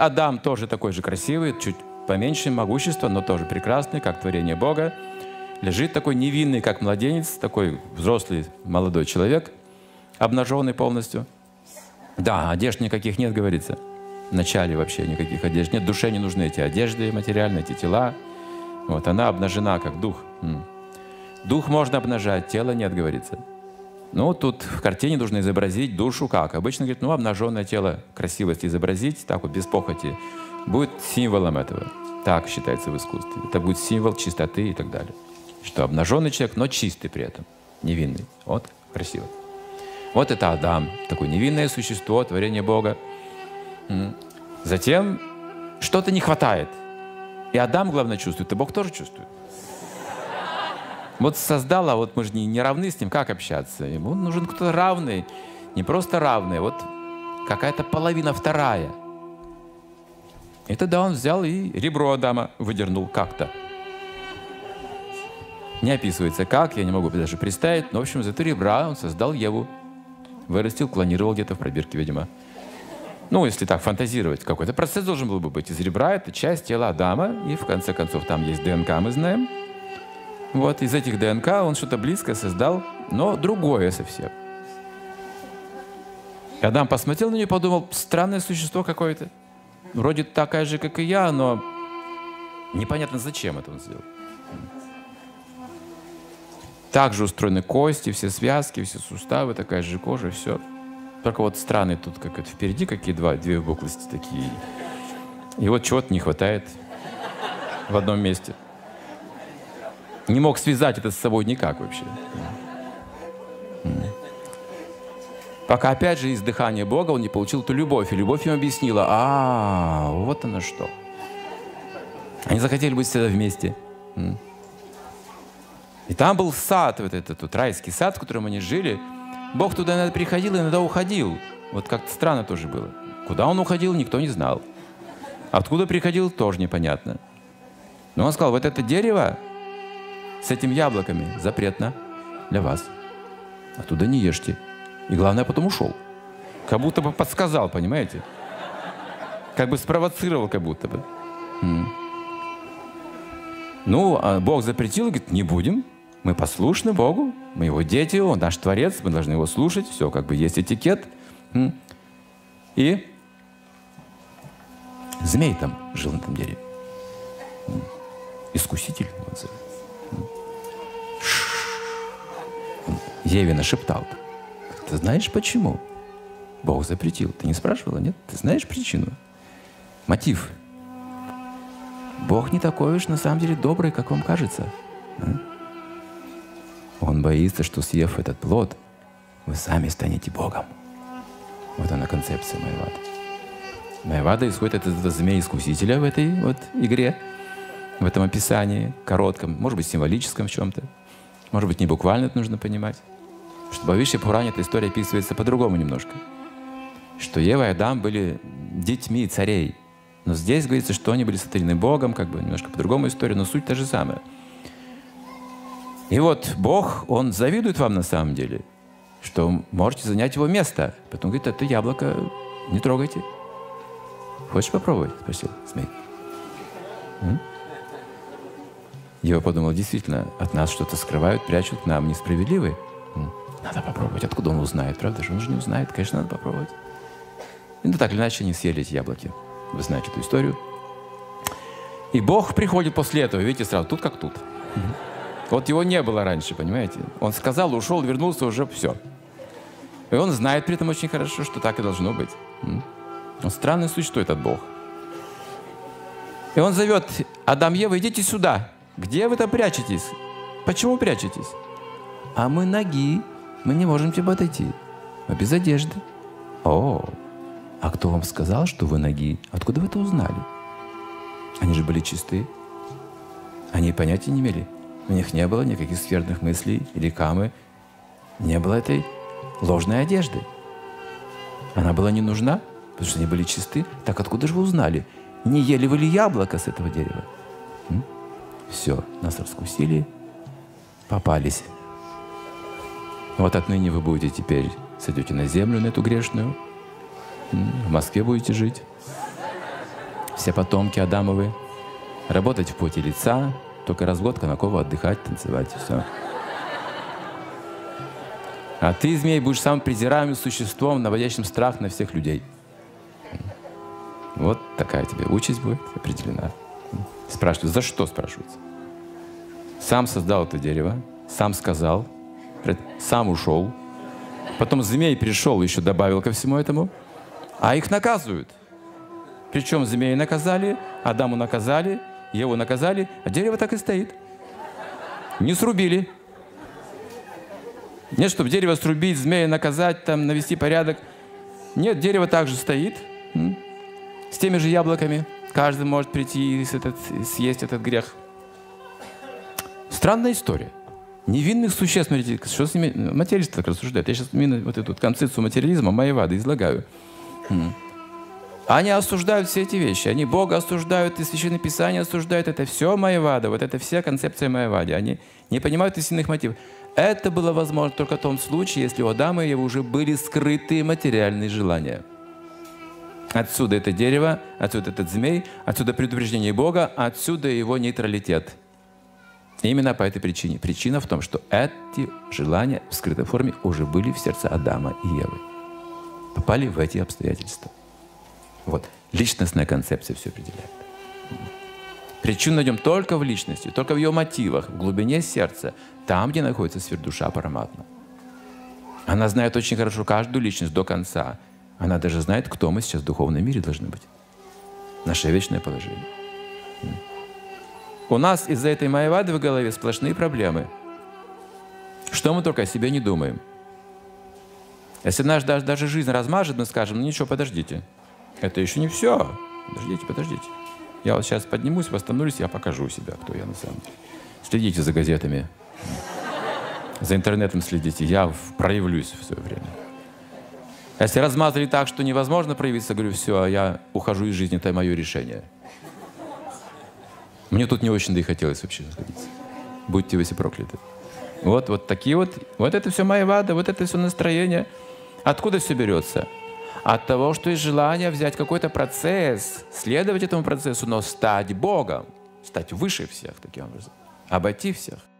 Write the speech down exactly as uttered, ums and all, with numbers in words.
Адам тоже такой же красивый, чуть поменьше могущества, но тоже прекрасный, как творение Бога. Лежит такой невинный, как младенец, такой взрослый молодой человек, обнаженный полностью. Да, одежд никаких нет, говорится. В начале вообще никаких одежд нет. Душе не нужны эти одежды материальные, эти тела. Вот, она обнажена, как дух. Дух можно обнажать, тело нет, говорится. Ну, тут в картине нужно изобразить душу как? Обычно говорит, ну, обнаженное тело красивости изобразить, так вот, без похоти, будет символом этого. Так считается в искусстве. Это будет символ чистоты и так далее. Что обнаженный человек, но чистый при этом, невинный. Вот, красиво. Вот это Адам, такое невинное существо, творение Бога. Затем что-то не хватает. И Адам, главное, чувствует, и Бог тоже чувствует. Вот создал, а вот мы же не, не равны с ним, как общаться? Ему нужен кто-то равный, не просто равный, вот какая-то половина вторая. И тогда он взял и ребро Адама выдернул как-то. Не описывается как, я не могу даже представить, но, в общем, из этого ребра он создал Еву. Вырастил, клонировал где-то в пробирке, видимо. Ну, если так фантазировать, какой-то процесс должен был бы быть. Из ребра — это часть тела Адама, и, в конце концов, там есть ДНК, мы знаем. Вот, из этих ДНК он что-то близкое создал, но другое совсем. И Адам посмотрел на нее и подумал, странное существо какое-то. Вроде такая же, как и я, но непонятно, зачем это он сделал. Также устроены кости, все связки, все суставы, такая же кожа, все. Только вот странный тут, как это впереди, какие два, две выпуклости такие. И вот чего-то не хватает в одном месте. Не мог связать это с собой никак вообще. Пока, опять же, из дыхания Бога он не получил ту любовь. И любовь ему объяснила, а, вот оно что. Они захотели быть всегда вместе. И там был сад, вот этот вот райский сад, в котором они жили. Бог туда иногда приходил и иногда уходил. Вот как-то странно тоже было. Куда он уходил, никто не знал. Откуда приходил, тоже непонятно. Но он сказал, вот это дерево с этими яблоками запретно для вас. Оттуда не ешьте. И главное, потом ушел. Как будто бы подсказал, понимаете? Как бы спровоцировал, как будто бы. М. Ну, а Бог запретил, и говорит, не будем. Мы послушны Богу, мы Его дети, Он наш Творец, мы должны Его слушать. Все, как бы есть этикет. М. И змей там жил на этом дереве. М. Искуситель. Еве нашептал. Ты знаешь, почему Бог запретил? Ты не спрашивала, нет? Ты знаешь причину? Мотив. Бог не такой уж на самом деле добрый, как вам кажется. Он боится, что, съев этот плод, вы сами станете Богом. Вот она концепция Майявады. Майявада исходит от этого змея-искусителя в этой вот игре, в этом описании коротком, может быть, символическом в чем-то. Может быть, не буквально это нужно понимать. Что в Бхавишья Пуране эта история описывается по-другому немножко. Что Ева и Адам были детьми царей. Но здесь говорится, что они были сотворены Богом, как бы немножко по-другому история, но суть та же самая. И вот Бог, Он завидует вам на самом деле, что можете занять Его место. Потом говорит, это яблоко не трогайте. Хочешь попробовать? Спросил змей. М? Ева подумала, действительно, от нас что-то скрывают, прячут, нам несправедливы. Надо попробовать. Откуда он узнает, правда же? Он же не узнает. Конечно, надо попробовать. И ну так или иначе они съели эти яблоки. Вы знаете эту историю. И Бог приходит после этого, видите, сразу, тут как тут. Вот его не было раньше, понимаете? Он сказал, ушел, вернулся, уже все. И он знает при этом очень хорошо, что так и должно быть. Он странное существо, этот Бог. И он зовет Адам, Ева, идите сюда. Где вы там прячетесь? Почему прячетесь? А мы ноги, мы не можем к тебе подойти. Мы без одежды. О, а кто вам сказал, что вы ноги? Откуда вы это узнали? Они же были чисты. Они понятия не имели. У них не было никаких скверных мыслей или камы. Не было этой ложной одежды. Она была не нужна, потому что они были чисты. Так откуда же вы узнали? Не ели вы ли яблоко с этого дерева? М? Все, нас раскусили, попались. Вот отныне вы будете теперь, сойдете на землю, на эту грешную. М? В Москве будете жить. все потомки Адамовы, работать в поте лица, только раз в год Конаково отдыхать, танцевать, и все. А ты, змей, будешь самым презираемым существом, наводящим страх на всех людей. Вот такая тебе участь будет определена. Спрашивают, за что, спрашивается? Сам создал это дерево, сам сказал, сам ушел. Потом змей пришел, еще добавил ко всему этому. А их наказывают. Причем змеи наказали, Адаму наказали, Еву наказали, а дерево так и стоит. Не срубили. Нет, чтобы дерево срубить, змея наказать, там, навести порядок. Нет, дерево также стоит. С теми же яблоками. Каждый может прийти и съесть этот грех. Странная история. Невинных существ, смотрите, что с ними материалисты так рассуждают. Я сейчас именно вот эту концепцию материализма Майявады излагаю. Они осуждают все эти вещи. Они Бога осуждают, и Священное Писание осуждают. Это все Майявада. Вот это вся концепция Майявады. Они не понимают истинных мотивов. Это было возможно только в том случае, если у Адама и Евы уже были скрытые материальные желания. Отсюда это дерево, отсюда этот змей, отсюда предупреждение Бога, отсюда его нейтралитет. Именно по этой причине. Причина в том, что эти желания в скрытой форме уже были в сердце Адама и Евы. Попали в эти обстоятельства. Вот. Личностная концепция все определяет. Причину найдем только в личности, только в ее мотивах, в глубине сердца, там, где находится сверхдуша Параматма. Она знает очень хорошо каждую личность до конца. Она даже знает, кто мы сейчас в духовном мире должны быть. Наше вечное положение. У нас из-за этой Майявады в голове сплошные проблемы. Что мы только о себе не думаем. Если наш даже, даже жизнь размажет, мы скажем, ну ничего, подождите. Это еще не все. Подождите, подождите. Я вот сейчас поднимусь, восстановлюсь, я покажу себя, кто я на самом деле. Следите за газетами. За интернетом следите. Я проявлюсь в свое время. Если размазали так, что невозможно проявиться, говорю, все, я ухожу из жизни, это мое решение. Мне тут не очень-то и хотелось вообще находиться. Будьте вы все прокляты. Вот, вот такие вот, вот это все Майявада, вот это все настроение. Откуда все берется? От того, что есть желание взять какой-то процесс, следовать этому процессу, но стать Богом, стать выше всех таким образом, обойти всех.